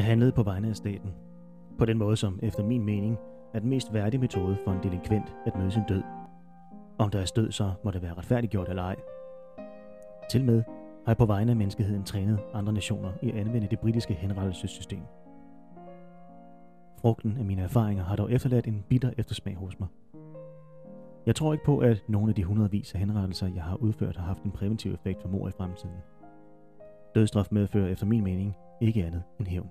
handlede på vegne af staten. På den måde, som efter min mening er den mest værdige metode for en delinkvent at møde sin død. Om der er død, så må det være retfærdiggjort eller ej. Til med har jeg på vegne af menneskeheden trænet andre nationer i at anvende det britiske henrettelsessystem. Frugten af mine erfaringer har dog efterladt en bitter eftersmag hos mig. Jeg tror ikke på, at nogle af de hundredvis af henrettelser, jeg har udført, har haft en præventiv effekt for mord i fremtiden. Dødsstraf medfører efter min mening ikke andet end hævn.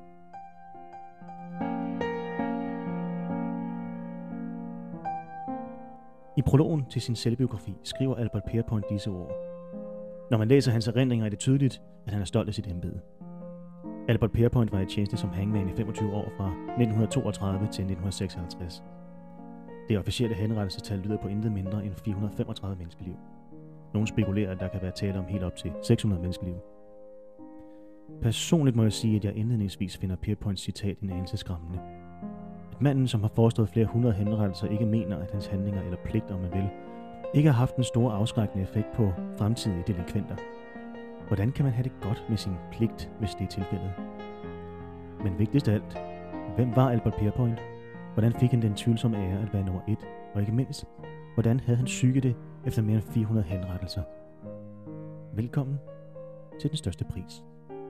I prologen til sin selvbiografi skriver Albert Pierrepoint disse ord. Når man læser hans erindringer, er det tydeligt, at han er stolt af sit embede. Albert Pierrepoint var i tjeneste som hangman i 25 år fra 1932 til 1956. Det officielle henrettelsestal lyder på intet mindre end 435 menneskeliv. Nogle spekulerer, at der kan være tale om helt op til 600 menneskeliv. Personligt må jeg sige, at jeg indledningsvis finder Pierrepoints citat en anelse skræmmende. At manden, som har forestået flere hundrede henrettelser, ikke mener, at hans handlinger eller pligter, om man vil, ikke har haft en stor afskrækkende effekt på fremtidige delinkventer. Hvordan kan man have det godt med sin pligt, hvis det er tilfældet? Men vigtigst af alt, hvem var Albert Pierrepoint? Hvordan fik han den tvivlsomme ære at være nummer 1? Og ikke mindst, hvordan havde han psyket det efter mere end 400 henrettelser? Velkommen til Den Største Pris.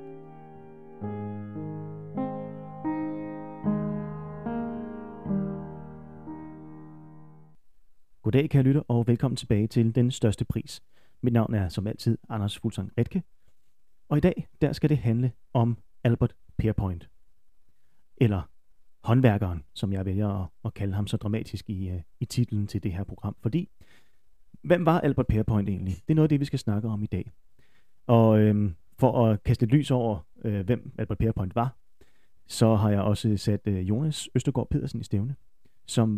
Goddag, kære lytter, og velkommen tilbage til Den Største Pris. Mit navn er som altid Anders Fuglsang Redke, og i dag der skal det handle om Albert Pierrepoint. Eller håndværkeren, som jeg vælger at kalde ham så dramatisk i titlen til det her program. Fordi, hvem var Albert Pierrepoint egentlig? Det er noget af det, vi skal snakke om i dag. Og for at kaste lidt lys over, hvem Albert Pierrepoint var, så har jeg også sat Jonas Østergaard Pedersen i stævne, som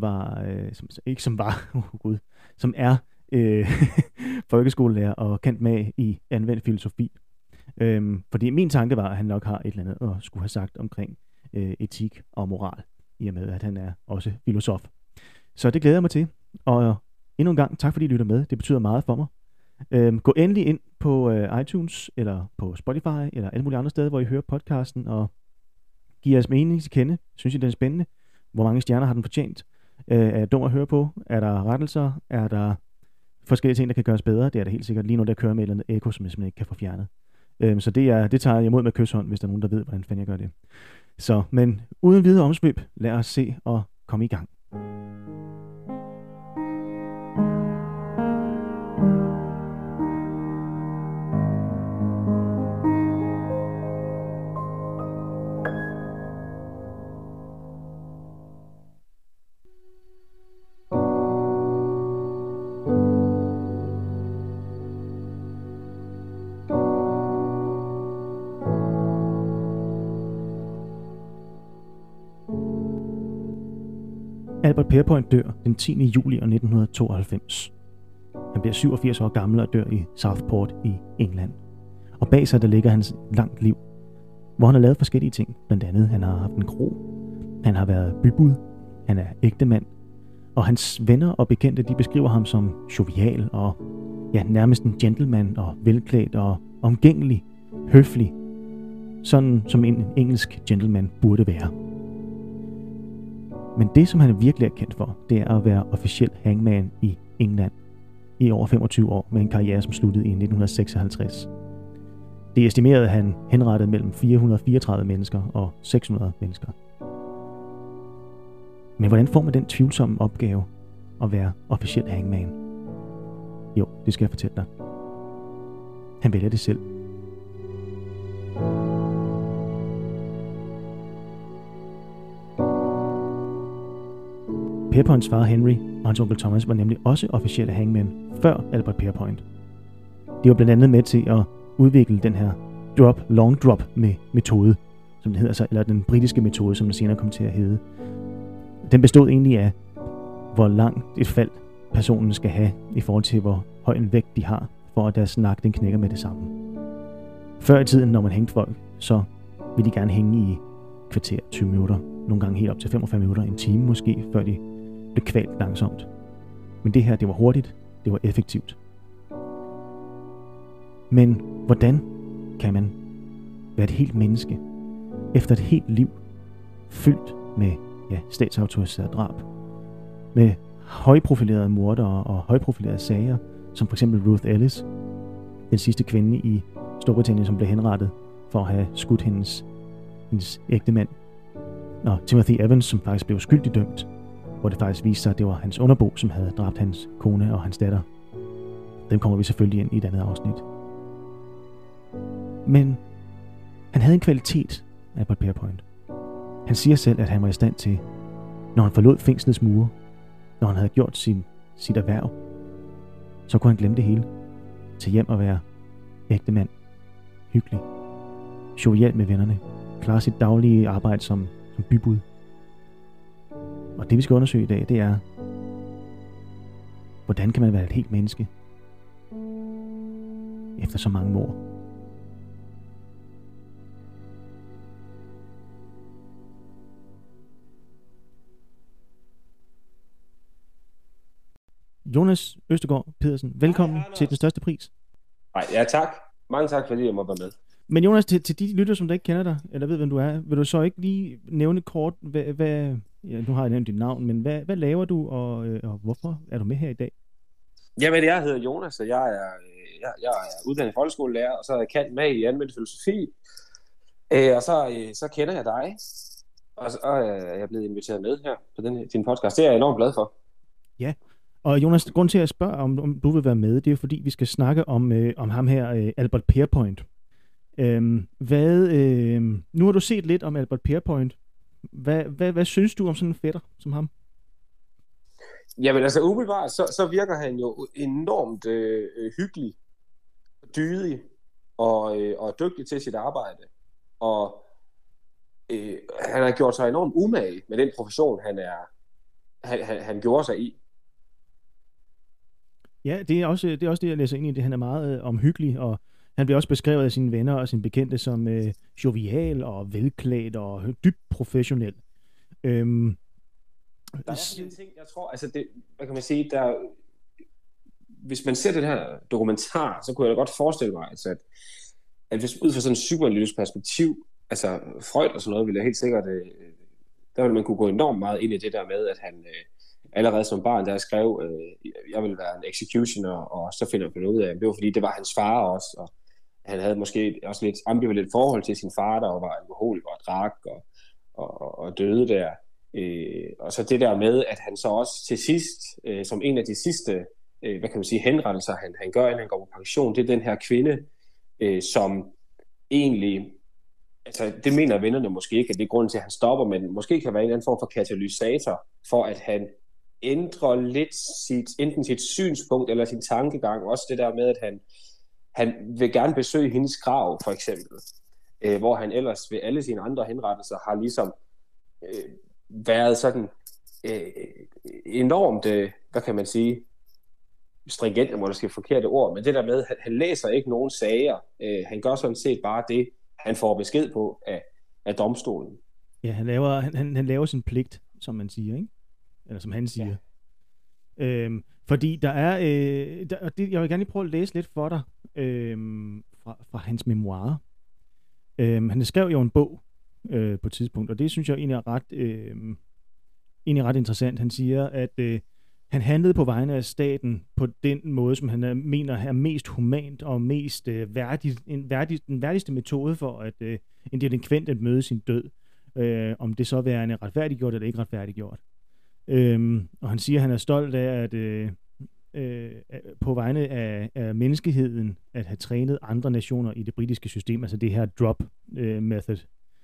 er folkeskolelærer og kendt med i anvendt filosofi. Fordi min tanke var, at han nok har et eller andet at skulle have sagt omkring etik og moral, i og med at han er også filosof. Så det glæder jeg mig til, og endnu en gang tak fordi I lytter med, det betyder meget for mig. Gå endelig ind på iTunes, eller på Spotify, eller alle mulige andre steder, hvor I hører podcasten, og giv jeres mening til kende. Synes I, den er spændende? Hvor mange stjerner har den fortjent? Er jeg dum at høre på? Er der rettelser? Er der forskellige ting, der kan gøres bedre? Det er der helt sikkert. Lige nu der kører med et eller andet ekko, som jeg simpelthen ikke kan få fjernet. Så det tager jeg imod med kysshånd, hvis der er nogen, der ved, hvordan fanden jeg gør det. Så, men uden videre omsvøb, lad os se og komme i gang. Albert Pierrepoint dør den 10. juli 1992. Han bliver 87 år gammel og dør i Southport i England. Og bag sig der ligger hans langt liv, hvor han har lavet forskellige ting. Blandt andet, han har haft en kro, han har været bybud, han er ægtemand, og hans venner og bekendte, de beskriver ham som jovial og nærmest en gentleman og velklædt og omgængelig, høflig, sådan som en engelsk gentleman burde være. Men det, som han virkelig er kendt for, det er at være officiel hangman i England i over 25 år med en karriere, som sluttede i 1956. Det er estimeret, at han henrettede mellem 434 mennesker og 600 mennesker. Men hvordan får man den tvivlsomme opgave at være officiel hangman? Jo, det skal jeg fortælle dig. Han vælger det selv. Pierrepoints far Henry og hans onkel Thomas var nemlig også officielle hangmænd før Albert Pierrepoint. De var blandt andet med til at udvikle den her long drop metode, som det hedder, eller den britiske metode, som den senere kom til at hedde. Den bestod egentlig af, hvor langt et fald personen skal have i forhold til, hvor høj en vægt de har, for at deres nakke den knækker med det samme. Før i tiden, når man hængte folk, så ville de gerne hænge i kvarter, 20 minutter, nogle gange helt op til 45 minutter, en time måske, før de blev kvalt langsomt. Men det her, det var hurtigt, det var effektivt. Men hvordan kan man være et helt menneske efter et helt liv fyldt med statsautoriseret drab, med højprofilerede mordere og højprofilerede sager, som for eksempel Ruth Ellis, den sidste kvinde i Storbritannien, som blev henrettet for at have skudt hendes ægtemand, og Timothy Evans, som faktisk blev skyldig dømt, hvor det faktisk viste sig, at det var hans underbo, som havde dræbt hans kone og hans datter. Dem kommer vi selvfølgelig ind i et andet afsnit. Men han havde en kvalitet, Albert Pierpoint. Han siger selv, at han var i stand til, når han forlod fængslets mure, når han havde gjort sit erhverv, så kunne han glemme det hele. Til hjem og være ægte mand, hyggelig, jovial med vennerne, klare sit daglige arbejde som bybud. Og det vi skal undersøge i dag, det er, hvordan kan man være et helt menneske efter så mange mord? Jonas Østergaard Pedersen, velkommen til Den Største Pris. Ja, tak. Mange tak, fordi jeg må være med. Men Jonas, til de lytter, som der ikke kender dig, eller ved, hvem du er, vil du så ikke lige nævne kort, nu har jeg nævnt dit navn, men hvad laver du, og hvorfor er du med her i dag? Jamen, jeg hedder Jonas, og jeg er uddannet folkeskolelærer, og så er jeg kendt med i anvendt filosofi, og så kender jeg dig, og så er jeg blevet inviteret med her på din podcast. Det er jeg enormt glad for. Ja. Og Jonas, grund til at spørge, om du vil være med, det er jo fordi, vi skal snakke om ham her, Albert Pierpoint. Nu har du set lidt om Albert Pierpoint. Hvad synes du om sådan en fætter som ham? Jamen altså umiddelbart, så virker han jo enormt hyggelig, dydig og dygtig til sit arbejde. Og han har gjort sig enormt umage med den profession, han gjorde sig i. Ja, det er også det, jeg læser ind i det. Han er meget omhyggelig, og han bliver også beskrevet af sine venner og sine bekendte som jovial og velklædt og dybt professionel. Der er også en ting, jeg tror, altså det, hvad kan man sige, hvis man ser den her dokumentar, så kunne jeg da godt forestille mig, altså, at hvis ud fra sådan et psykoanalytisk perspektiv, altså Freud og sådan noget, ville jeg helt sikkert, der ville man kunne gå enormt meget ind i det der med, at han allerede som barn, der skrev, jeg ville være en executioner, og så finder man ud af, at det var fordi, det var hans far også, og han havde måske også lidt ambivalent forhold til sin far, der var alkoholiker og drak og døde der. Og så det der med, at han så også til sidst, som en af de sidste, hvad kan man sige, henrettelser, han gør, inden han går på pension, det er den her kvinde, som egentlig, altså det mener vennerne måske ikke, at det er grunden til, at han stopper, men måske kan være en eller anden form for katalysator, for at han ændrer lidt enten sit synspunkt eller sin tankegang, også det der med, at han vil gerne besøge hendes grav, for eksempel, hvor han ellers ved alle sine andre henrettelser har ligesom været sådan enormt, hvad kan man sige, stringent, jeg må måske forkerte ord, men det der med, at han læser ikke nogen sager, han gør sådan set bare det, han får besked på af domstolen. Ja, han laver sin pligt, som man siger, ikke? Eller som han siger. Ja. Fordi der er, jeg vil gerne lige prøve at læse lidt for dig fra hans memoirer. Han skrev jo en bog på et tidspunkt, og det synes jeg egentlig er ret interessant. Han siger, at han handlede på vegne af staten på den måde, som han mener er mest humant og mest den værdigste metode for at en delinquent at møde sin død. Om det så værende retfærdiggjort eller ikke retfærdiggjort. Og han siger, at han er stolt af at på vegne af menneskeheden at have trænet andre nationer i det britiske system, altså det her drop method.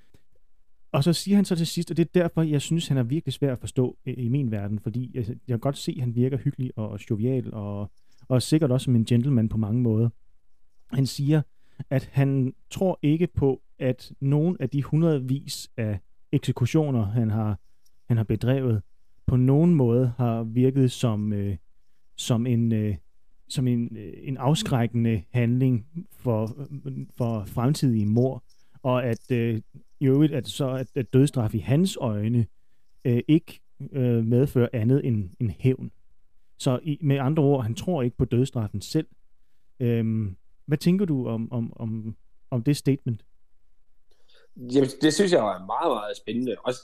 Og så siger han så til sidst, og det er derfor, jeg synes, han er virkelig svær at forstå i min verden, fordi jeg kan godt se, at han virker hyggelig og jovial, og sikkert også som en gentleman på mange måder. Han siger, at han tror ikke på, at nogen af de hundredvis af eksekutioner, han har bedrevet, på nogen måde har virket som en afskrækkende handling for fremtidige mord, og at i øvrigt at dødsstraf i hans øjne ikke medfører andet end hævn. Så med andre ord, han tror ikke på dødsstraffen selv. Hvad tænker du om det statement? Jamen, det synes jeg er meget, meget spændende, også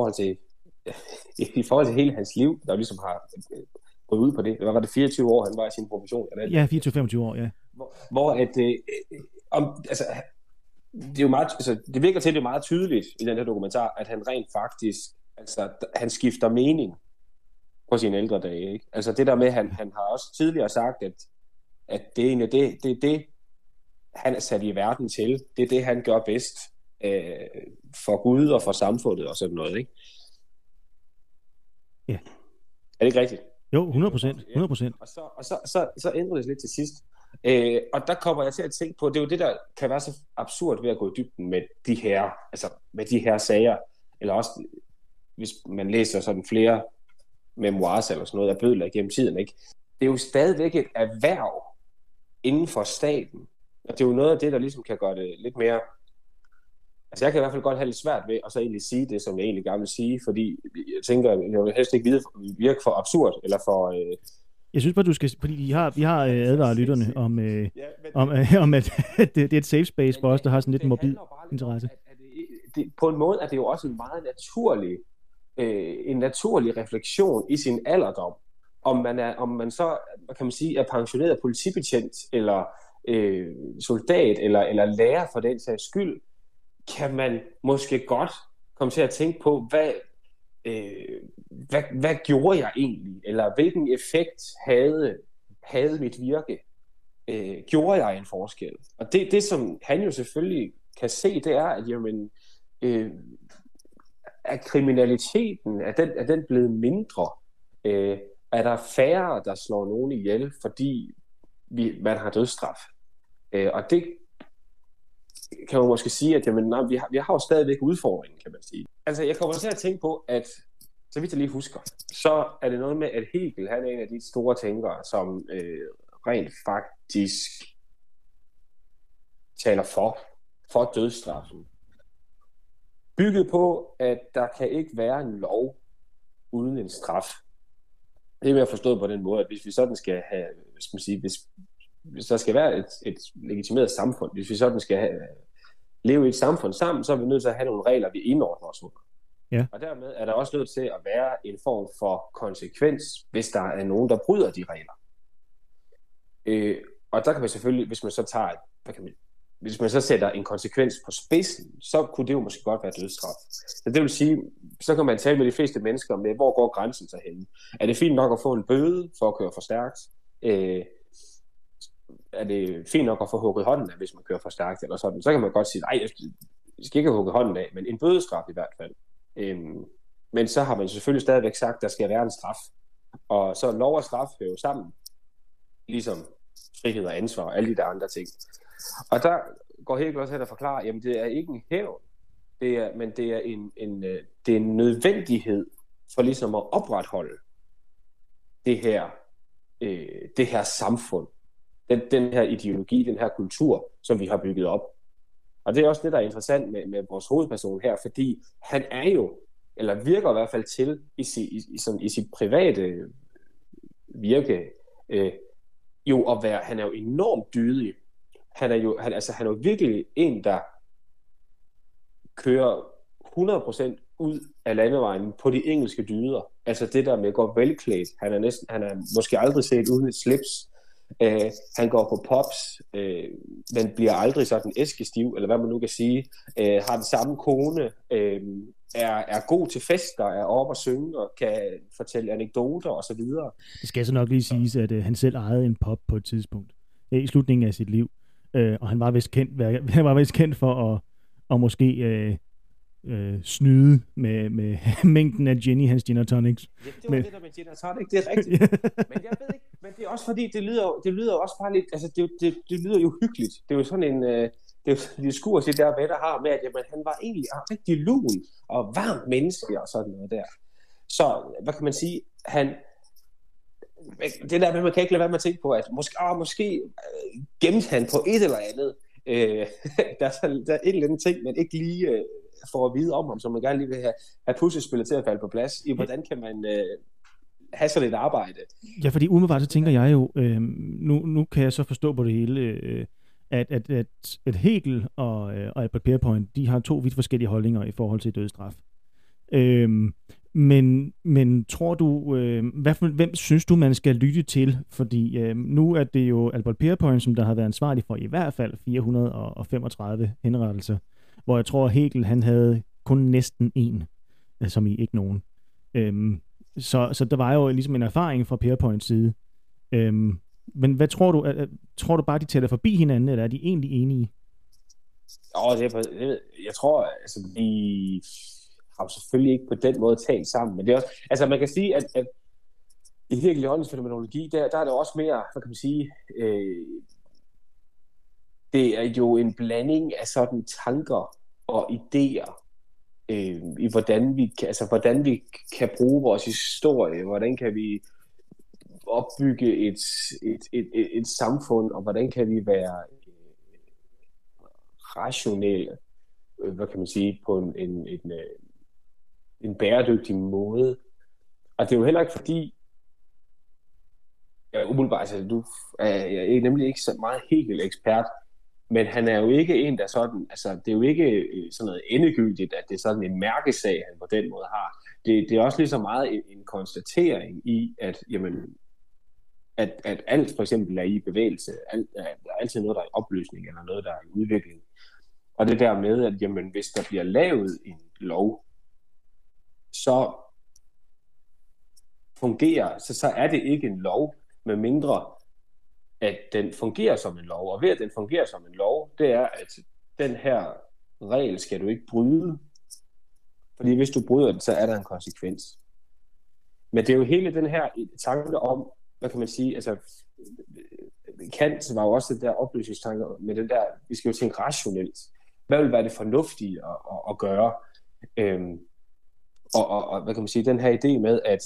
i forhold til hele hans liv, der ligesom har gået ud på det. Hvad var det, 24 år, han var i sin profession? Ja, 24-25 år, ja. Hvor altså, det er jo meget, altså, det virker til, at det er meget tydeligt i den her dokumentar, at han rent faktisk, altså, han skifter mening på sine ældre dage, ikke? Altså det der med, han har også tidligere sagt, at det er egentlig det, han er sat i verden til. Det er det, han gør bedst for Gud og for samfundet og sådan noget, ikke? Ja. Er det ikke rigtigt? Jo, 100%. Og så ændrer det sig lidt til sidst. Og der kommer jeg til at tænke på, det er jo det, der kan være så absurd ved at gå i dybden med de her sager, eller også, hvis man læser sådan flere memoirs eller sådan noget af bødler gennem tiden, ikke? Det er jo stadigvæk et erhverv inden for staten, og det er jo noget af det, der ligesom kan gøre det lidt mere. Altså jeg kan i hvert fald godt have lidt svært ved at så egentlig sige det, som jeg egentlig gerne vil sige, fordi jeg tænker, jeg vil helst ikke virke for absurd, eller for... Jeg synes bare, du skal, fordi vi har advaret lytterne om at det er et safe space for os, der har sådan lidt en morbid interesse. På en måde er det jo også en meget naturlig refleksion i sin alderdom, om man så, kan man sige, er pensioneret politibetjent, eller soldat, eller lærer for den sags skyld, kan man måske godt komme til at tænke på, hvad gjorde jeg egentlig? Eller hvilken effekt havde mit virke? Gjorde jeg en forskel? Og det som han jo selvfølgelig kan se, det er, at jamen, er kriminaliteten, er den blevet mindre? Er der færre, der slår nogen ihjel, fordi man har dødsstraf? Og det kan man måske sige, at jamen, nej, vi har jo stadigvæk udfordringen, kan man sige. Altså, jeg kommer til at tænke på, at så vidt jeg lige husker, så er det noget med, at Hegel, han er en af de store tænkere, som rent faktisk taler for dødsstraffen. Bygget på, at der kan ikke være en lov uden en straf. Det er mere forstået på den måde, at hvis vi sådan skal have, skal man sige, hvis der skal være et legitimeret samfund, hvis vi sådan skal leve i et samfund sammen, så er vi nødt til at have nogle regler, vi indordner os under. Ja. Og dermed er der også nødt til at være en form for konsekvens, hvis der er nogen, der bryder de regler. Og der kan man selvfølgelig, hvis man så tager, hvis man så sætter en konsekvens på spidsen, så kunne det jo måske godt være dødsstraf. Så det vil sige, så kan man tale med de fleste mennesker med, hvor går grænsen så hen? Er det fint nok at få en bøde for at køre for stærkt? Er det fint nok at få hugget hånden af, hvis man kører for stærkt eller sådan? Så kan man godt sige, nej, jeg skal ikke have hugget hånden af, men en bødestraf i hvert fald. Men så har man selvfølgelig stadigvæk sagt, at der skal være en straf. Og så lov og straf hører jo sammen, ligesom frihed og ansvar og alle de der andre ting. Og der går Hegel også hen og forklarer, jamen det er ikke en hævn, men det er en nødvendighed for ligesom at opretholde det her samfund, den her ideologi, den her kultur, som vi har bygget op. Og det er også det, der er interessant med vores hovedperson her, fordi han er jo, eller virker i hvert fald til i sit private virke, jo at være, han er jo enormt dydig. Han er jo virkelig en, der kører 100% ud af landevejen på de engelske dyder. Altså det der med at gå velklædt. Han er måske aldrig set uden et slips. Han går på pops, men bliver aldrig sådan æskestiv, eller hvad man nu kan sige. Har den samme kone, er god til fester, er oppe og synge og kan fortælle anekdoter og så videre. Det skal så nok lige siges, at han selv ejede en pop på et tidspunkt i slutningen af sit liv, og han var vist kendt for at måske snyde med mængden af gin i hans gin and tonics. Ja, det var det der med gin and tonic, det er rigtigt. Men jeg ved ikke, men det er også fordi, det lyder også bare lidt, altså det lyder jo hyggeligt. Det er jo sådan en, det er jo sådan en diskurs, det der med, der har med, at jamen, han var egentlig rigtig lun og varmt menneske og sådan noget der. Så, hvad kan man sige, det der med, man kan ikke lade være med at tænke på, at måske gemte han på et eller andet. Der er et eller andet ting, man ikke lige får at vide om ham, som man gerne lige vil have puslespillet til at falde på plads. Hvordan kan man have sådan et arbejde? Ja, fordi umiddelbart så tænker jeg jo, nu kan jeg så forstå på det hele, at Hegel og Albert Pierpoint, de har 2 vidt forskellige holdninger i forhold til dødsstraf. Men tror du, hvem synes du, man skal lytte til? Fordi nu er det jo Albert Pierpoint, som der har været ansvarlig for i hvert fald 435 henrettelser, hvor jeg tror, Hegel, han havde kun næsten 1, som i ikke nogen. Så der var jo ligesom en erfaring fra Pierpoints side. Men hvad tror du? Tror du bare, de tæller forbi hinanden, eller er de egentlig enige? Jeg tror, altså, de har jo selvfølgelig ikke på den måde talt sammen, men det er også, altså man kan sige, at i Hegel og Holmes fænomenologi, der er det også mere, hvad kan man sige, det er jo en blanding af sådan tanker og idéer, i hvordan vi kan bruge vores historie, hvordan kan vi opbygge et samfund, og hvordan kan vi være rationelle, hvad kan man sige, på en bæredygtig måde. Og det er jo heller ikke fordi, umiddelbart, altså, jeg er nemlig ikke så meget Hegel-ekspert, men han er jo ikke en, der sådan, altså det er jo ikke sådan noget endegyldigt, at det er sådan en mærkesag, han på den måde har. Det er også lige så meget en konstatering i, at, jamen, at alt for eksempel er i bevægelse, der er altid noget, der er i opløsning, eller noget, der er i udvikling. Og det der med, at jamen, hvis der bliver lavet en lov, så fungerer, så er det ikke en lov, med mindre at den fungerer som en lov. Og ved at den fungerer som en lov, det er, at den her regel skal du ikke bryde. Fordi hvis du bryder den, så er der en konsekvens. Men det er jo hele den her tanke om, hvad kan man sige, altså Kant var jo også det der opløsningstanke med den der, vi skal jo tænke rationelt. Hvad vil være det fornuftige at gøre? Og hvad kan man sige, den her idé med, at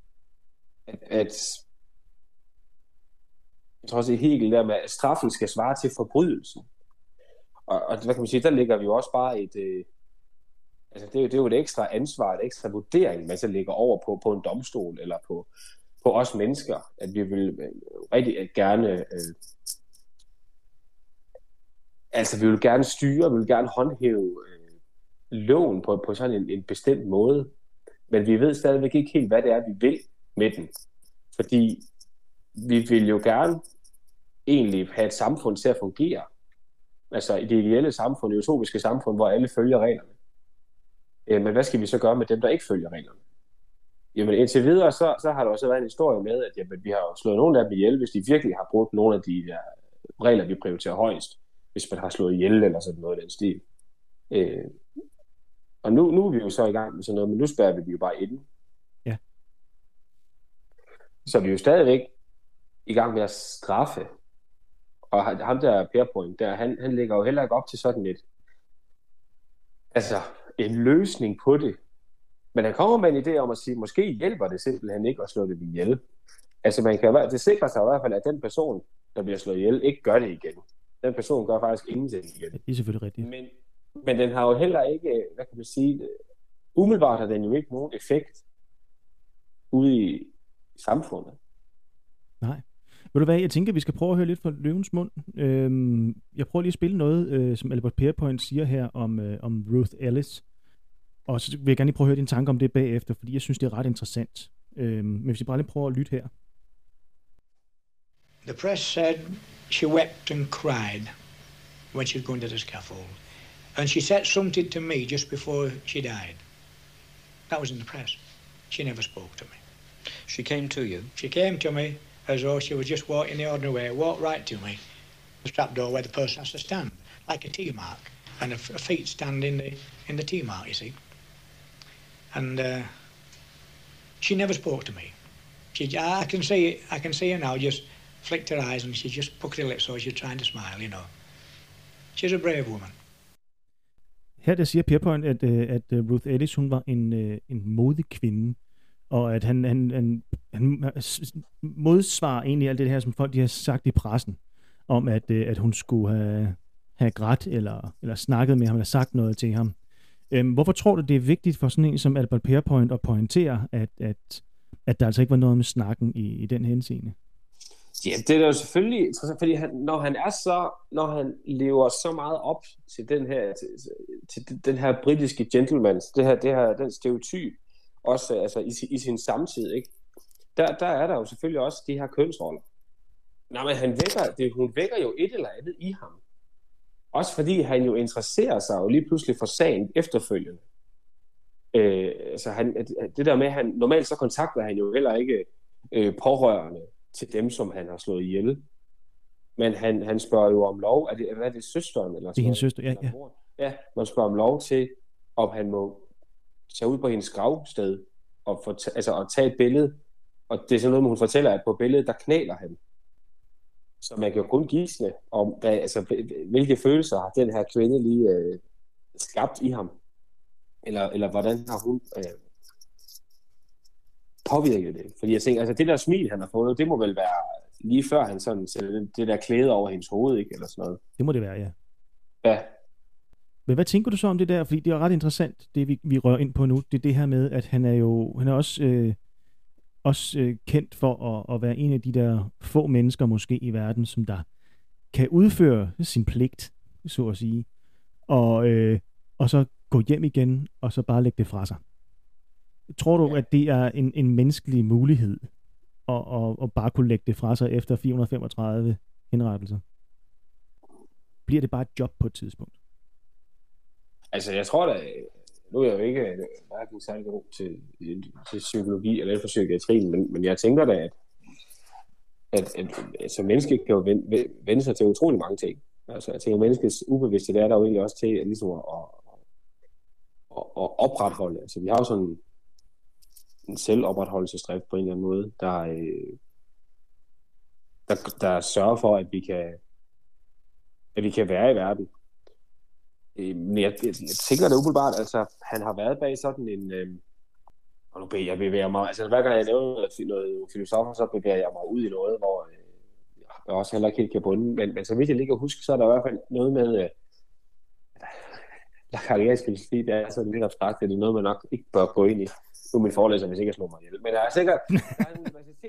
jeg tror også i Hegel der med, at straffen skal svare til forbrydelsen. Og hvad kan man sige, der ligger vi jo også bare altså det er jo et ekstra ansvar, et ekstra vurdering, man så lægger over på en domstol, eller på os mennesker, at vi vil rigtig gerne, altså vi vil gerne styre, vi vil gerne håndhæve loven på sådan en bestemt måde, men vi ved stadigvæk ikke helt, hvad det er, vi vil med den. Fordi vi vil jo gerne egentlig have et samfund til at fungere. Altså i det ideelle samfund, det utopiske samfund, hvor alle følger reglerne. Men hvad skal vi så gøre med dem, der ikke følger reglerne? Jamen indtil videre, så har der også været en historie med, at jamen, vi har jo slået nogle af dem ihjel, hvis de virkelig har brugt nogle af de der regler, vi prioriterer højst. Hvis man har slået ihjel eller sådan noget i den stil. Og nu er vi jo så i gang med sådan noget, men nu spærrer vi jo bare inde. Ja. Så vi er jo stadigvæk i gang med at straffe. Og ham der Pierpoint der, han lægger jo heller ikke op til sådan en løsning på det. Men han kommer med en idé om at sige, måske hjælper det simpelthen ikke at slå det ihjel. Altså det sikrer sig i hvert fald, at den person, der bliver slået ihjel, ikke gør det igen. Den person gør faktisk ingenting igen. Ja, det er selvfølgelig rigtigt. Men den har jo heller ikke, hvad kan man sige, umiddelbart har den jo ikke nogen effekt ude i samfundet. Nej. Ved du hvad, jeg tænker, vi skal prøve at høre lidt fra løvens mund. Jeg prøver lige at spille noget, som Albert Pierpoint siger her om Ruth Ellis. Og så vil jeg gerne lige prøve at høre dine tanker om det bagefter, fordi jeg synes, det er ret interessant. Men hvis vi bare lige prøver at lytte her. The press said she wept and cried when she was going to the scaffold. And she said something to me just before she died. That was in the press. She never spoke to me. She came to you? She came to me as though she was just walking the ordinary way, walked right to me. The trapdoor where the person has to stand, like a T mark. And her feet stand in the T mark, you see. And she never spoke to me. I can see her now, just flicked her eyes and she just puckered her lips so she's trying to smile, you know. She's a brave woman. Her der siger Pierpoint, at Ruth Ellis, hun var en modig kvinde, og at han modsvarer egentlig alt det her, som folk de har sagt i pressen, om at hun skulle have grædt eller snakket med ham, eller sagt noget til ham. Hvorfor tror du, det er vigtigt for sådan en som Albert Pierpoint at pointere, at der altså ikke var noget med snakken i den henseende? Ja, det er jo selvfølgelig interessant, fordi når han lever så meget op til den her britiske gentleman, den stereotyp, også altså i sin samtid, ikke? Der er der jo selvfølgelig også de her kønsroller. Nej, men hun vækker jo et eller andet i ham. Også fordi han jo interesserer sig jo lige pludselig for sagen efterfølgende. Det der med, han normalt så kontakter han jo heller ikke pårørende til dem, som han har slået ihjel. Men han spørger jo om lov. Hvad er det, søsteren? Eller det er hendes søster, ja. Ja, man spørger om lov til, om han må tage ud på hendes gravsted og tage et billede. Og det er sådan noget, hun fortæller, at på billedet, der knæler han. Så man kan jo kun gisne om, hvilke følelser har den her kvinde lige skabt i ham. Eller hvordan har hun påvirket det? Fordi jeg tænker, det der smil, han har fået, det må vel være lige før han sådan sætter det der klæde over hendes hoved, ikke? Eller sådan noget. Det må det være, ja. Ja. Men hvad tænker du så om det der? Fordi det er ret interessant, det vi rører ind på nu. Det er det her med, at han er også kendt for at være en af de der få mennesker måske i verden, som der kan udføre sin pligt, så at sige, og så gå hjem igen, og så bare lægge det fra sig. Tror du, at det er en menneskelig mulighed, at bare kunne lægge det fra sig efter 435 henrettelser? Bliver det bare et job på et tidspunkt? Altså, jeg tror da, nu er jeg jo ikke hverken særlig god til psykologi eller for psykiatrien, men jeg tænker da, at som menneske kan jo vende sig til utrolig mange ting. Altså, jeg tænker, menneskets ubevidste, det er der jo egentlig også til ligesom at opretholde. Altså, vi har jo sådan en selvopretholdelsesdrift på en eller anden måde, der sørger for, at vi kan være i verden. Men jeg tænker det umiddelbart, altså han har været bag sådan en, og nu bevæger mig, altså hver gang jeg nævner noget filosofer, så bevæger jeg mig ud i noget, hvor jeg også heller ikke helt kan bunde, men så vidt jeg lige kan huske, så er der i hvert fald noget med, lakariansk filosofi, det er sådan lidt abstrakt, det er noget, man nok ikke bør gå ind i. Nu er min forelæser, hvis ikke jeg slår mig ihjel. Men der er sikkert en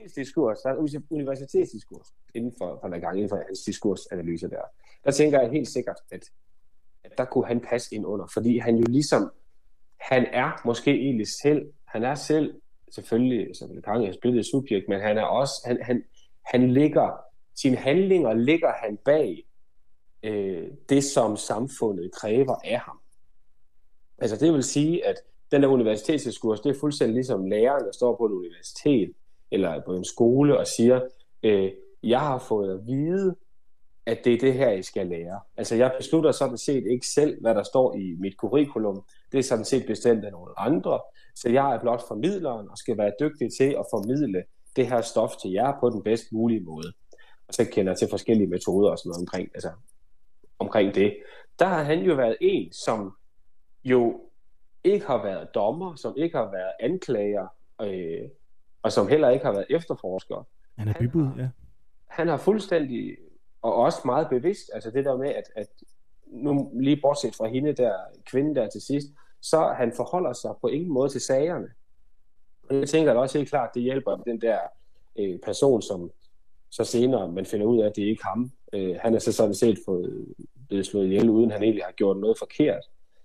universitetsdiskurs, inden for hans diskursanalyse der. Der tænker jeg helt sikkert, at der kunne han passe ind under, fordi han jo ligesom, han er måske egentlig selv, han er selv selvfølgelig, som det kan jeg spille et subjekt, men han er også, han ligger, sine handlinger ligger han bag det, som samfundet kræver af ham. Altså det vil sige, at den der universitetsdiskurs, det er fuldstændig ligesom læreren, der står på et universitet, eller på en skole og siger, jeg har fået at vide, at det er det her, I skal lære. Altså jeg beslutter sådan set ikke selv, hvad der står i mit curriculum. Det er sådan set bestemt af nogle andre. Så jeg er blot formidleren og skal være dygtig til at formidle det her stof til jer på den bedst mulige måde. Og så kender jeg til forskellige metoder og sådan noget omkring det. Der har han jo været en, som jo ikke har været dommer, som ikke har været anklager, og som heller ikke har været efterforsker. Han er bybud, ja. Han har fuldstændig, og også meget bevidst, altså det der med, at nu lige bortset fra hende der, kvinden der til sidst, så han forholder sig på ingen måde til sagerne. Og jeg tænker da også helt klart, det hjælper den der person, som så senere man finder ud af, at det er ikke ham. Han er så sådan set blevet slået ihjel, uden han egentlig har gjort noget forkert.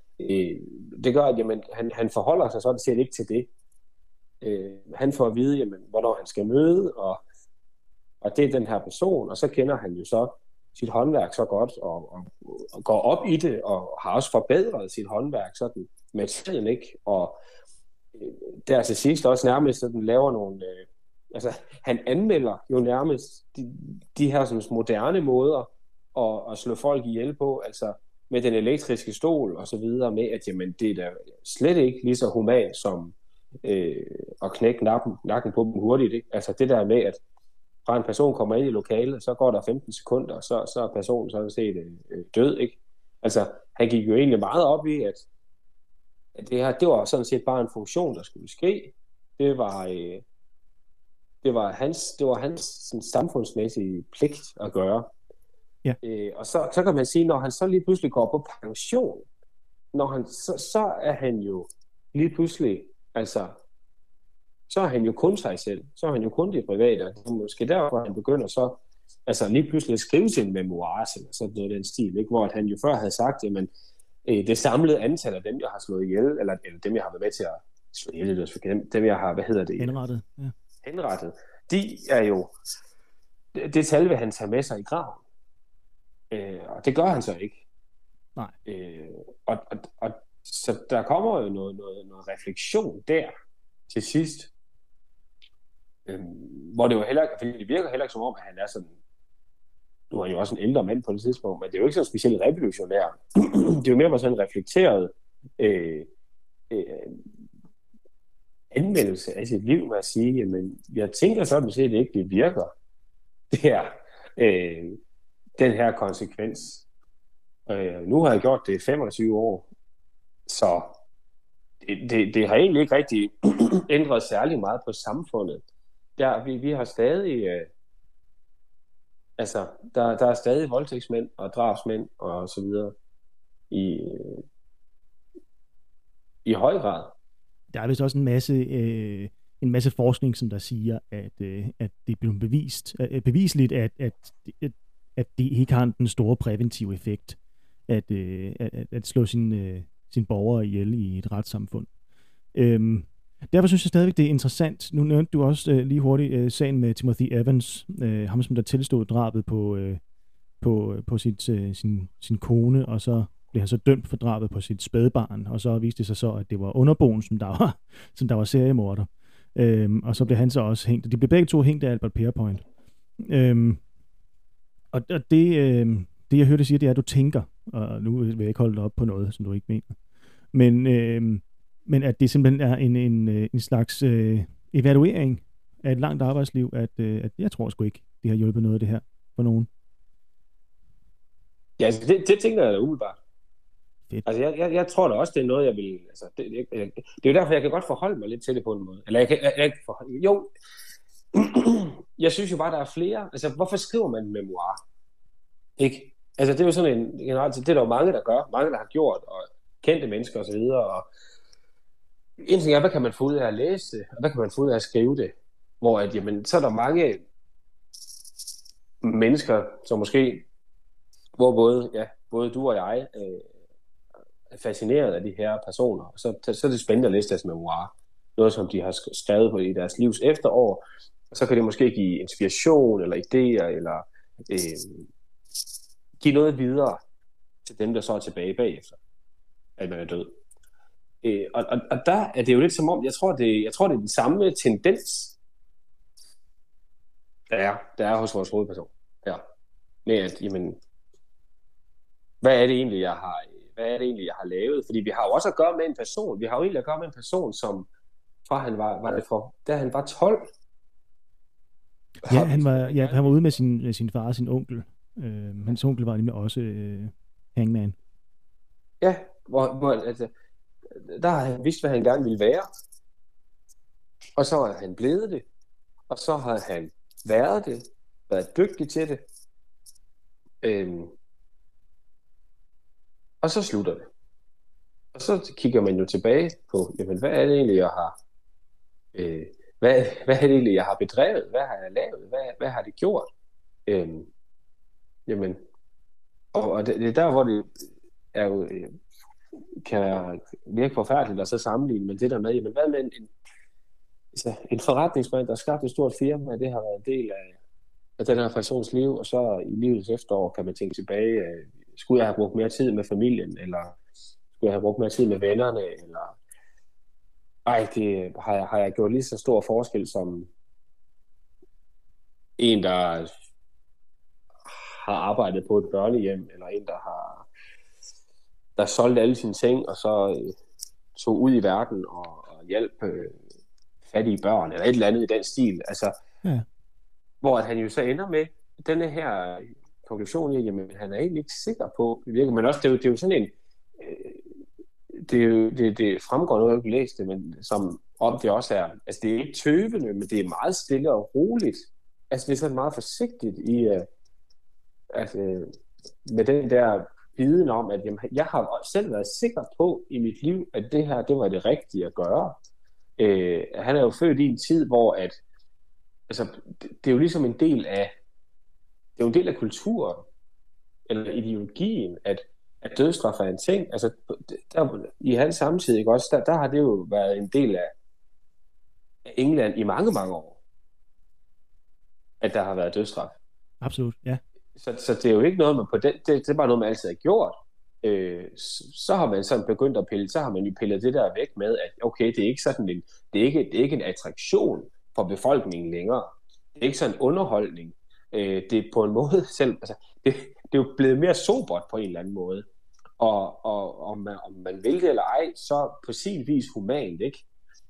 Det gør, at jamen, han forholder sig sådan set ikke til det. Han får at vide, jamen, hvornår han skal møde, og det er den her person, og så kender han jo så sit håndværk så godt, og går op i det, og har også forbedret sit håndværk sådan med tiden, ikke? Og der til sidst også nærmest sådan laver nogle, altså han anmelder jo nærmest de her sådan moderne måder at slå folk ihjel på, altså med den elektriske stol og så videre, med at jamen, det er da slet ikke lige så humant som at knække nakken på dem hurtigt, ikke? Altså det der med, at fra en person kommer ind i lokalet, så går der 15 sekunder, så er personen sådan set død, ikke? Altså han gik jo egentlig meget op i, at det var sådan set bare en funktion, der skulle ske. Det var hans sådan, samfundsmæssige pligt at gøre. Ja. Og så kan man sige, når han så lige pludselig går på pension, så er han jo lige pludselig, altså, så er han jo kun sig selv. Så er han jo kun det private. Og måske derfor han begynder så altså lige pludselig at skrive sin memoirs eller sådan noget den stil, ikke? Hvor han jo før havde sagt, jamen det samlede antal af dem, jeg har slået ihjel, eller dem, jeg har været med til at slå ihjel, dem, jeg har, henrettet, de er jo, det tal vil han tage med sig i graven. Og det gør han så ikke. Nej. Og så der kommer jo noget refleksion der til sidst, hvor det jo heller ikke, fordi det virker heller ikke som om, at han er sådan, nu er han jo også en ældre mand på det tidspunkt, men det er jo ikke så specielt revolutionær. Det er jo mere bare sådan en reflekteret anmeldelse af sit liv med at sige, jamen, jeg tænker sådan set ikke, det virker. Det her, den her konsekvens. Nu har jeg gjort det i 25 år, så det har egentlig ikke rigtig ændret særlig meget på samfundet. Vi har stadig altså der er stadig voldtægtsmænd og drabsmænd og så videre i høj grad. Der er vist også en masse forskning, som der siger, at det bliver bevisligt, at det ikke har den store præventive effekt at slå sin borgere ihjel i et retssamfund. Derfor synes jeg stadigvæk, det er interessant. Nu nævnte du også lige hurtigt sagen med Timothy Evans, ham som der tilstod drabet på sin kone, og så blev han så dømt for drabet på sit spædbarn, og så viste det sig så, at det var underboen, som der var seriemorder. Og så blev han så også hængt. De blev begge to hængt af Albert Pierrepoint. Og det jeg hørte sige, det er, at du tænker, og nu vil jeg ikke holde dig op på noget, som du ikke mener, men at det simpelthen er en slags evaluering af et langt arbejdsliv, at jeg tror sgu ikke, det har hjulpet noget af det her for nogen. Ja, altså det tænker jeg da umiddelbart. Fedt. Altså jeg tror da også, det er noget, jeg vil... Altså, det er jo derfor, jeg kan godt forholde mig lidt til det på en måde. Eller jo, jeg synes jo bare, der er flere. Altså, hvorfor skriver man en memoir? Ikke? Altså, det er jo sådan en generelt... Det er der jo mange, der gør. Mange, der har gjort, og kendte mennesker osv. Og en ting er, hvad kan man få ud af at læse det? Og hvad kan man få ud af at skrive det? Hvor at, jamen, så er der mange mennesker, som måske... Hvor både du og jeg er fascineret af de her personer. Og så er det spændende at læse deres memoir. Noget, som de har skrevet på i deres livs efterår. Og så kan det måske give inspiration, eller idéer, eller give noget videre til dem, der så er tilbage bagefter, at man er død. Og der er det jo lidt som om, jeg tror, det er den samme tendens, der er hos vores hovedperson. Ja. Med at, jamen, hvad er det egentlig, jeg har lavet? Fordi vi har jo også at gøre med en person. Vi har jo egentlig at gøre med en person, som fra da han var 12. Ja, han var ude med sin far og sin onkel. Hans onkel var nemlig også hangman. Ja, hvor altså, der har han vidst, hvad han gerne ville være. Og så har han blevet det. Og så har han været dygtig til det. Og så slutter det. Og så kigger man jo tilbage på, jamen, hvad er det egentlig, jeg har hvad er det egentlig, jeg har bedrevet? Hvad har jeg lavet? Hvad har det gjort? Jamen, og det er der, hvor det er jo, kan virke forfærdeligt at så sammenligne med det der med, jamen, hvad med en forretningsmand, der har skabt et stort firma, det har været en del af den her persons liv, og så i livets efterår kan man tænke tilbage, skulle jeg have brugt mere tid med familien, eller skulle jeg have brugt mere tid med vennerne, eller det har jeg gjort lige så stor forskel som en, der har arbejdet på et børnehjem, eller en, der solgte alle sine ting, og så tog ud i verden og hjalp fattige børn, eller et eller andet i den stil. Altså, ja. Hvor at han jo så ender med denne her konklusion, jamen han er egentlig ikke sikker på, men også det er jo sådan en, det fremgår noget, jeg ikke læst det, men som om det også er, altså det er ikke tøvende, men det er meget stille og roligt. Altså det er sådan meget forsigtigt i, med den der viden om, at jamen, jeg har selv været sikker på i mit liv, at det her, det var det rigtige at gøre. Han er jo født i en tid, hvor at, altså, det er jo ligesom en del af, det er jo en del af kulturen, eller ideologien, at dødsstraf er en ting. Altså, der, i hans samtid, ikke også, der har det jo været en del af England i mange, mange år, at der har været dødsstraf. Absolut, ja. Så det er jo ikke noget, man på den, det er bare noget, man altid har gjort. Så har man sådan begyndt at pille, så har man jo pillet det der væk med, at okay, det er ikke sådan en, det er ikke en attraktion for befolkningen længere. Det er ikke sådan en underholdning. Det er på en måde selv, altså, det er jo blevet mere sobert på en eller anden måde. Og om man vil det eller ej, så på sin vis humant, ikke?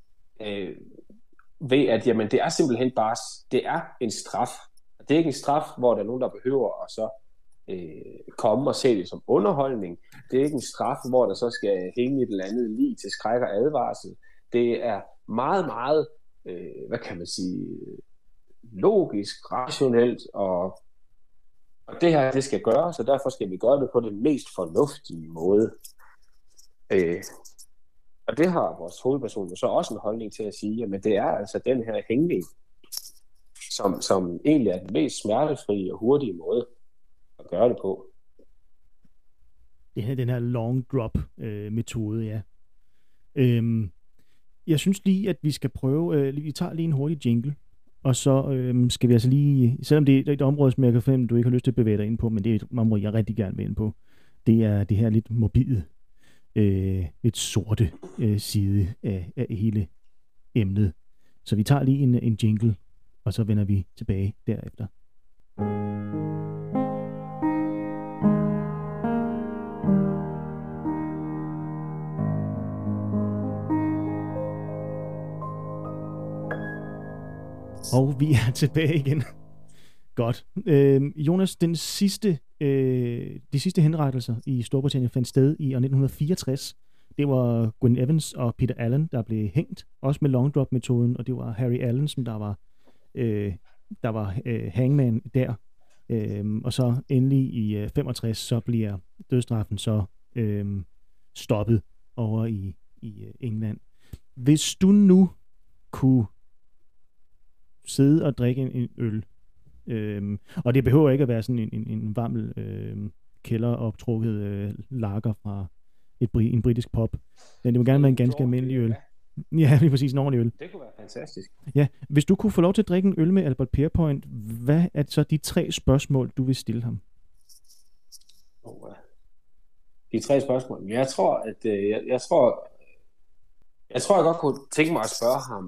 Ved at, jamen, det er simpelthen bare, det er en straf. Det er ikke en straf, hvor der er nogen, der behøver at så komme og se det som underholdning. Det er ikke en straf, hvor der så skal hænge et eller andet lig til skræk og advarsel. Det er meget, meget, hvad kan man sige, logisk, rationelt, og det her, det skal gøres, så derfor skal vi gøre det på den mest fornuftige måde. Og det har vores hovedperson så også en holdning til at sige, jamen det er altså den her hængning, som egentlig er den mest smertefrie og hurtige måde at gøre det på. Det her, den her long drop metode, ja. Jeg synes lige, at vi skal prøve, vi tager lige en hurtig jingle, og så skal vi altså lige, selvom det er et område, som jeg kan finde, du ikke har lyst til at bevæge dig ind på, men det er et område, jeg rigtig gerne vil ind på, det er det her lidt morbide, lidt sorte side af hele emnet. Så vi tager lige en jingle, og så vender vi tilbage derefter. Og vi er tilbage igen. Godt. Jonas, de sidste henrettelser i Storbritannien fandt sted i år 1964. Det var Gwyn Evans og Peter Allen, der blev hængt, også med long drop metoden, og det var Harry Allen, som der var hangman der. Og så endelig i 65, så bliver dødsstraffen så stoppet over i England. Hvis du nu kunne sidde og drikke en øl, og det behøver ikke at være sådan en varm kælderoptrukket lager fra en britisk pub, men det må gerne være en ganske almindelig øl. Ja, lige præcis, en ordentlig øl. Det kunne være fantastisk. Ja, hvis du kunne få lov til at drikke en øl med Albert Pierpoint, hvad er så de 3 spørgsmål, du vil stille ham? De 3 spørgsmål? Jeg tror, jeg godt kunne tænke mig at spørge ham,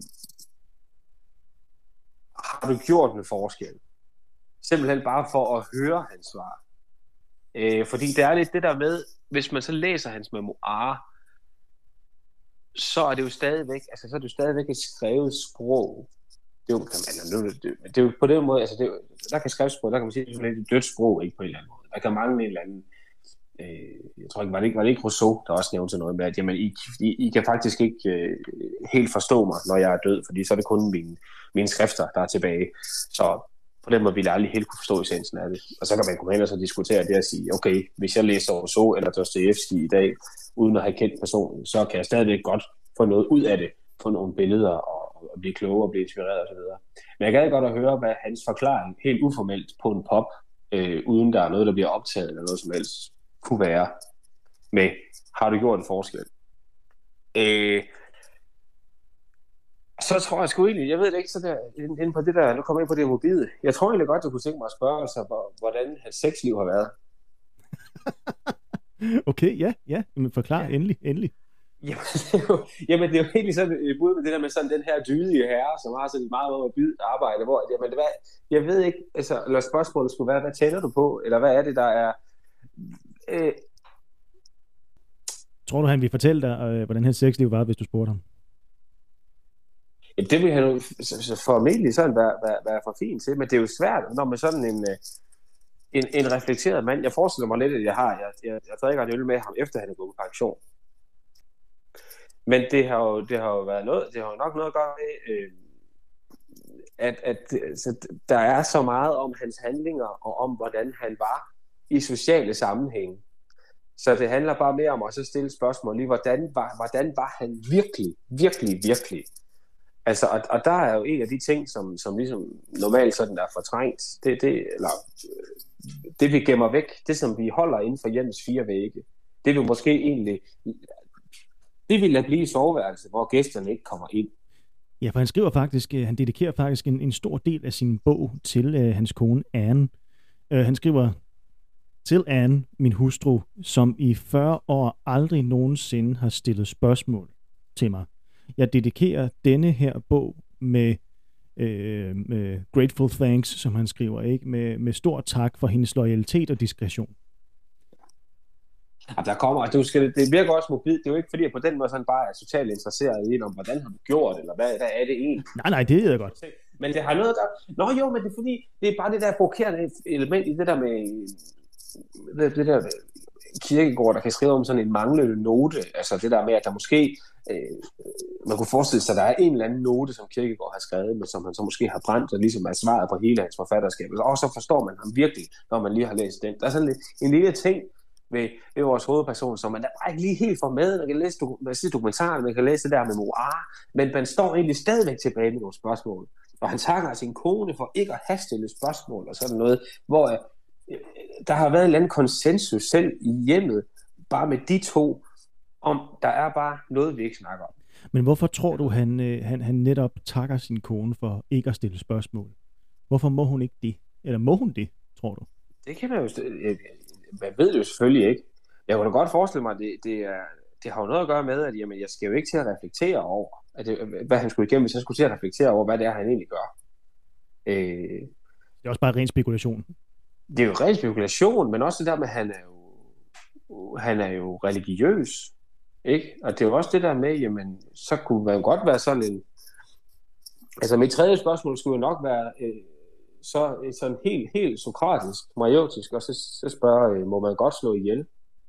har du gjort en forskel? Simpelthen bare for at høre hans svar. Fordi det er lidt det der med, hvis man så læser hans memoirer, så er det jo stadigvæk, altså så er det jo stadigvæk et skrevet sprog. Det er jo på den måde, altså der kan skrives sprog, der kan man sige, at det er et dødt sprog, ikke på en eller anden måde. Der kan mangle en eller anden, jeg tror ikke, var det ikke Rousseau, der også nævnte noget med, at jamen, I kan faktisk ikke helt forstå mig, når jeg er død, fordi så er det kun mine skrifter, der er tilbage. Så på den måde ville jeg aldrig helt kunne forstå essensen af det. Og så kan man komme hen og så diskutere det og sige, okay, hvis jeg læser Rousseau eller Dostojevskij i dag, uden at have kendt personen, så kan jeg stadigvæk godt få noget ud af det, få nogle billeder og blive klogere og blive inspireret osv. Men jeg gad godt at høre, hvad hans forklaring helt uformelt på en pop, uden der er noget, der bliver optaget eller noget som helst, kunne være med, har du gjort en forskel? Så tror jeg sgu egentlig, jeg ved det ikke, så der, inde på det der, nu kommer jeg ind på det morbide. Jeg tror egentlig godt, du kunne tænke mig at spørge, altså, hvordan hans sexliv har været. Okay, ja, men forklar, endelig. Jamen, det er jo egentlig sådan et bud med det der med sådan den her dydige herre, som har sådan et meget morbidt arbejde, hvor, jamen, jeg ved ikke, altså, eller spørgsmålet skulle være, hvad tænder du på, eller hvad er det, der er... Tror du, han ville fortælle dig, hvordan hans sexliv var, hvis du spurgte ham? Det vil han jo formentlig sådan være for fint til, men det er jo svært, når man sådan en reflekteret mand, jeg forestiller mig lidt, at jeg drikker en øl med ham, efter han er gået på pension. Men det har jo været noget, det har jo nok noget at gøre med, at der er så meget om hans handlinger, og om hvordan han var i sociale sammenhænge. Så det handler bare mere om at så stille spørgsmål lige, hvordan var han virkelig Altså, og der er jo en af de ting, som ligesom normalt sådan er fortrængt, det vi gemmer væk, det som vi holder inden for hjemmets 4 vægge, det vil måske egentlig, det vil lade blive i soveværelset, hvor gæsterne ikke kommer ind. Ja, for han skriver faktisk, han dedikerer faktisk en stor del af sin bog til hans kone Anne. Han skriver, til Anne, min hustru, som i 40 år aldrig nogensinde har stillet spørgsmål til mig. Jeg dedikerer denne her bog med grateful thanks, som han skriver, ikke? Med stor tak for hendes loyalitet og diskretion. Ja, der kommer, det virker også mobilt. Det er jo ikke fordi, at på den måde sådan bare er totalt interesseret i, om hvordan har du gjort, eller hvad er det egentlig? Nej, det ved jeg godt. Men det har noget der... men det er fordi, det er bare det der provokerende element i det der med... Det der Kierkegaard, der kan skrive om sådan en manglende note, altså det der med, at der måske, man kunne forestille sig, at der er en eller anden note, som Kierkegaard har skrevet, men som han så måske har brændt, og ligesom er svaret på hele hans forfatterskab, og så forstår man ham virkelig, når man lige har læst den. Der er sådan en lille ting ved vores hovedperson, som man da bare ikke lige helt får med. Man kan læse dokumentaren, man kan læse det der memoir, men man står egentlig stadigvæk tilbage med nogle spørgsmål. Og han takker sin kone for ikke at have stillet spørgsmål, og sådan noget, hvor der har været en eller anden konsensus selv i hjemmet, bare med de to, om der er bare noget, vi ikke snakker om. Men hvorfor tror du, han netop takker sin kone for ikke at stille spørgsmål? Hvorfor må hun ikke det? Eller må hun det, tror du? Det kan man jo... Man ved det jo selvfølgelig ikke. Jeg kunne da godt forestille mig, at det har jo noget at gøre med, at jamen, jeg skal jo ikke til at reflektere over, hvad han skulle igennem, hvis jeg skulle til at reflektere over, hvad det er, han egentlig gør. Det er også bare ren spekulation. Det er jo ren spekulation, men også det der med, at han er jo religiøs, ikke? Og det er jo også det der med, jamen, så kunne man godt være sådan en... Altså, mit tredje spørgsmål skulle jo nok være... så sådan helt sokratisk, majotisk, og så spørger, må man godt slå ihjel?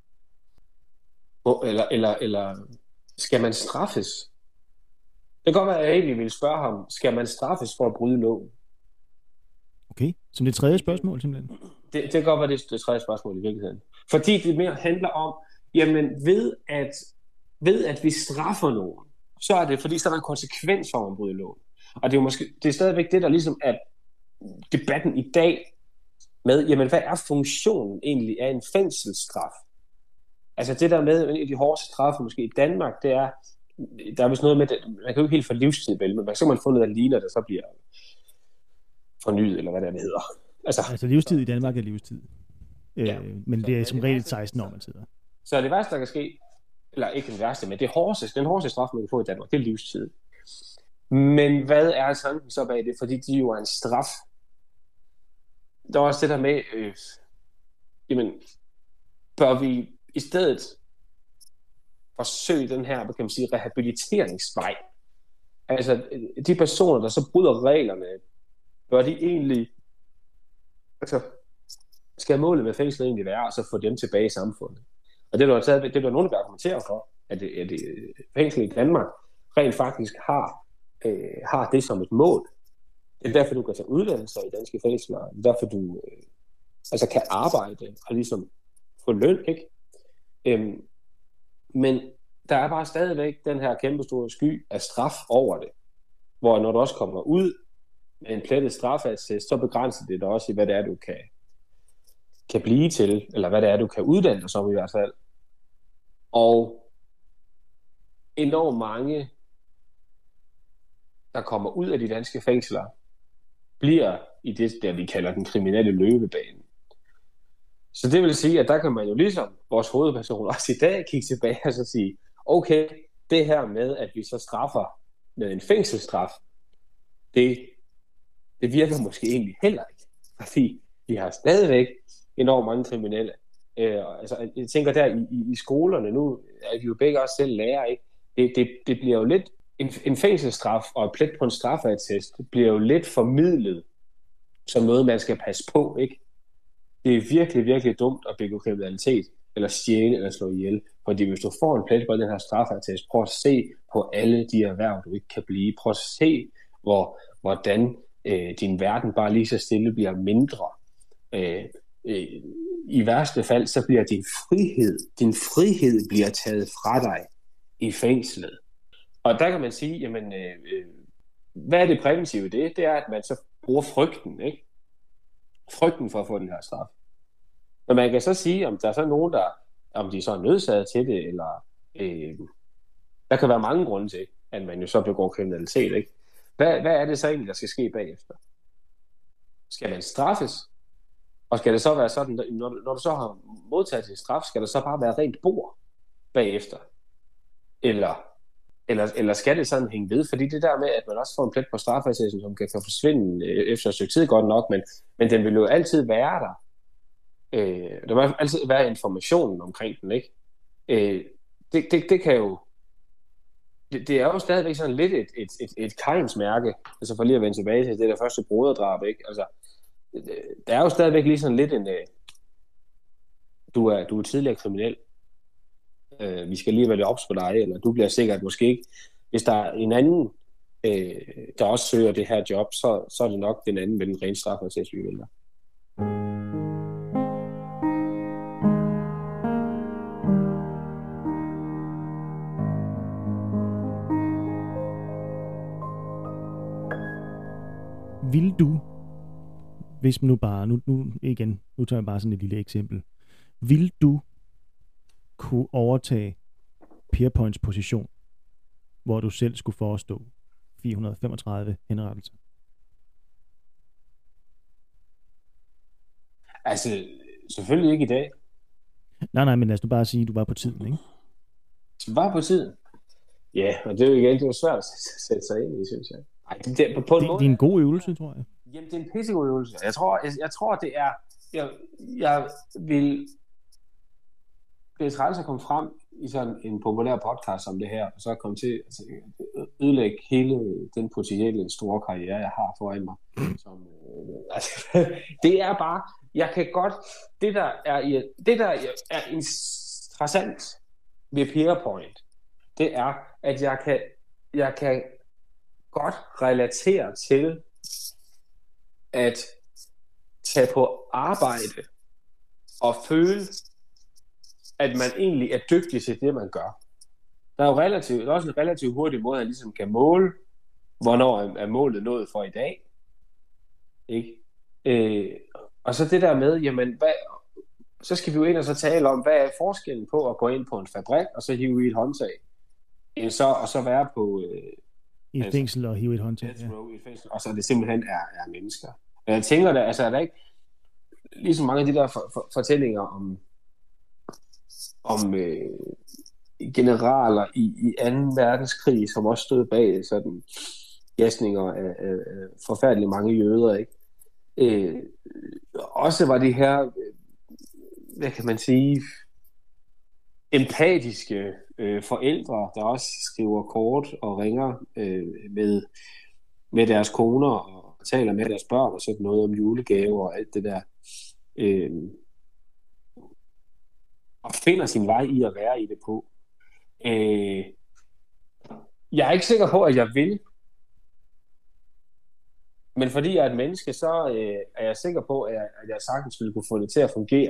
Eller skal man straffes? Det kan godt være, at jeg egentlig ville spørge ham, skal man straffes for at bryde loven? Okay, som det tredje spørgsmål simpelthen? Det kan godt være det tredje spørgsmål i virkeligheden. Fordi det mere handler om, jamen ved at vi straffer nogen, så er det, fordi så er der en konsekvens for at bryde loven. Og det er stadigvæk det, der ligesom er debatten i dag med, jamen hvad er funktionen egentlig af en fængselsstraf? Altså det der med, en af de hårdeste straffe måske i Danmark, det er, der er vist noget med, man kan jo ikke helt få livstid, vel, men så kan man få noget, der ligner, der så bliver fornyet, eller hvad det hedder. Altså livstid i Danmark er livstid. Men det er som regel 16 år, man sidder. Så det værste, der kan ske, eller ikke den værste, men den hårdeste straf, man kan få i Danmark, det er livstid. Men hvad er tanken så bag det? Fordi de jo er en straf. Der er også det der med, jamen, bør vi i stedet forsøge den her, hvad kan man sige, rehabiliteringsvej? Altså, de personer, der så bryder reglerne, bør de egentlig, altså, skal målet med fængslet egentlig være, og så få dem tilbage i samfundet? Og det er der nogen, der argumenterer for, at fængslet i Danmark rent faktisk har det som et mål. Det er derfor, du kan tage uddannelser i danske fængsler. Det er derfor, du kan arbejde og ligesom få løn, ikke? Men der er bare stadigvæk den her kæmpe store sky af straf over det. Hvor når du også kommer ud med en plettet straffeattest, så begrænser det dig også i, hvad det er, du kan blive til, eller hvad det er, du kan uddanne dig som i hvert fald. Og enormt mange, der kommer ud af de danske fængsler, bliver i det, der vi kalder den kriminelle løbebane. Så det vil sige, at der kan man jo ligesom vores hovedperson også i dag kigge tilbage og så sige, okay, det her med, at vi så straffer med en fængselsstraf, det virker måske egentlig heller ikke. Fordi vi har stadigvæk enormt mange kriminelle. Jeg tænker der i skolerne, nu er vi jo begge også selv lærer, ikke? Det bliver jo lidt, en fængselsstraf og et plet på en straffeattest bliver jo lidt formidlet som noget, man skal passe på, ikke? Det er virkelig, virkelig dumt at begå kriminalitet, eller stjæle, eller slå ihjel. Fordi hvis du får en plet på den her straffeattest, prøv at se på alle de erhverv, du ikke kan blive. Prøv at se, hvordan din verden bare lige så stille bliver mindre. I værste fald, så bliver din frihed bliver taget fra dig i fængslet. Og der kan man sige, jamen, hvad er det præventive i det? Det er, at man så bruger frygten, ikke? Frygten for at få den her straf. Men man kan så sige, om der er så nogen, om de så er nødsaget til det, eller der kan være mange grunde til, at man jo så begår kriminalitet, ikke? Hvad er det så egentlig, der skal ske bagefter? Skal man straffes? Og skal det så være sådan, når du så har modtaget sin straf, skal der så bare være rent bord bagefter? Eller skal det sådan hænge ved? Fordi det der med, at man også får en plet på straffeattesten, som kan forsvinde efter et stykke tid godt nok, men den vil jo altid være der. Der vil altid være informationen omkring den, ikke? Det kan jo... Det er jo stadigvæk sådan lidt et kejnsmærke, altså for lige at vende tilbage til det der første broderdrab, ikke? Altså, der er jo stadigvæk lige sådan lidt en... Du er tidligere kriminel. Vi skal lige være lidt ops på dig, eller du bliver sikkert måske ikke... Hvis der er en anden, der også søger det her job, så er det nok den anden med den rene straffeattest, vi vælger. Vil du, hvis nu bare, nu tager jeg bare sådan et lille eksempel, vil du kunne overtage Pierpoints position, hvor du selv skulle forestå 435 henrettelser? Altså, selvfølgelig ikke i dag. Nej, men lad os nu bare sige, at du var på tiden, ikke? Så var på tiden? Ja, og det er jo igen, det er svært at sætte sig ind i, synes jeg. Ej, det er en god øvelse, tror jeg. Jamen, det er en pissegod øvelse. Jeg tror det er... Jeg vil... Det er træls at komme frem i sådan en populær podcast som det her, og så komme til at ødelægge hele den potentielle store karriere, jeg har foran mig. Det er bare... Jeg kan godt... Det der er interessant ved Pierpoint, det er, at jeg kan godt relatere til at tage på arbejde og føle, at man egentlig er dygtig til det, man gør. Der er jo også en relativt hurtig måde, at man ligesom kan måle, hvornår er målet nået for i dag. Ikke? Og så det der med, jamen, så skal vi jo ind og så tale om, hvad er forskellen på at gå ind på en fabrik, og så hive i et håndtag, og så være på... I et fængsel og hive et håndtag. Ja. Og så det simpelthen er mennesker. Jeg tænker da, altså er der ikke ligesom mange af de der fortællinger om generaler i 2. verdenskrig, som også stod bag sådan gasninger af forfærdeligt mange jøder, ikke? Også var det her, hvad kan man sige, empatiske forældre, der også skriver kort og ringer med deres koner og taler med deres børn og sådan noget om julegaver og alt det der. Og finder sin vej i at være i det på. Jeg er ikke sikker på, at jeg vil. Men fordi jeg er et menneske, så er jeg sikker på, at jeg sagtens ville kunne få det til at fungere.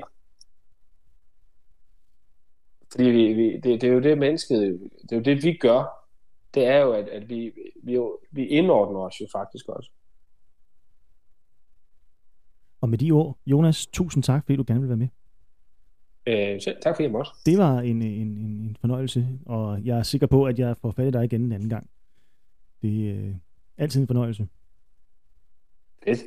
Fordi det er jo det mennesket, det er jo det, vi gør. Det er jo, at vi indordner os jo faktisk også. Og med de ord, Jonas, tusind tak, fordi du gerne vil være med. Selv tak fordi jeg måtte. Det var en fornøjelse, og jeg er sikker på, at jeg får fat i dig igen en anden gang. Det er altid en fornøjelse. Fedt.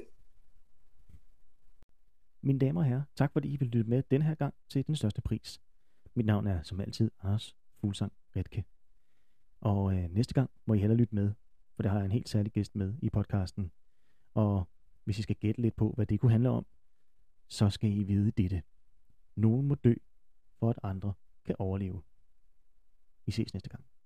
Mine damer og herrer, tak fordi I vil lytte med denne her gang til Den Største Pris. Mit navn er som altid Anders Fuglsang Redke. Og næste gang må I hellere lytte med, for der har jeg en helt særlig gæst med i podcasten. Og hvis I skal gætte lidt på, hvad det kunne handle om, så skal I vide dette. Nogen må dø, for at andre kan overleve. Vi ses næste gang.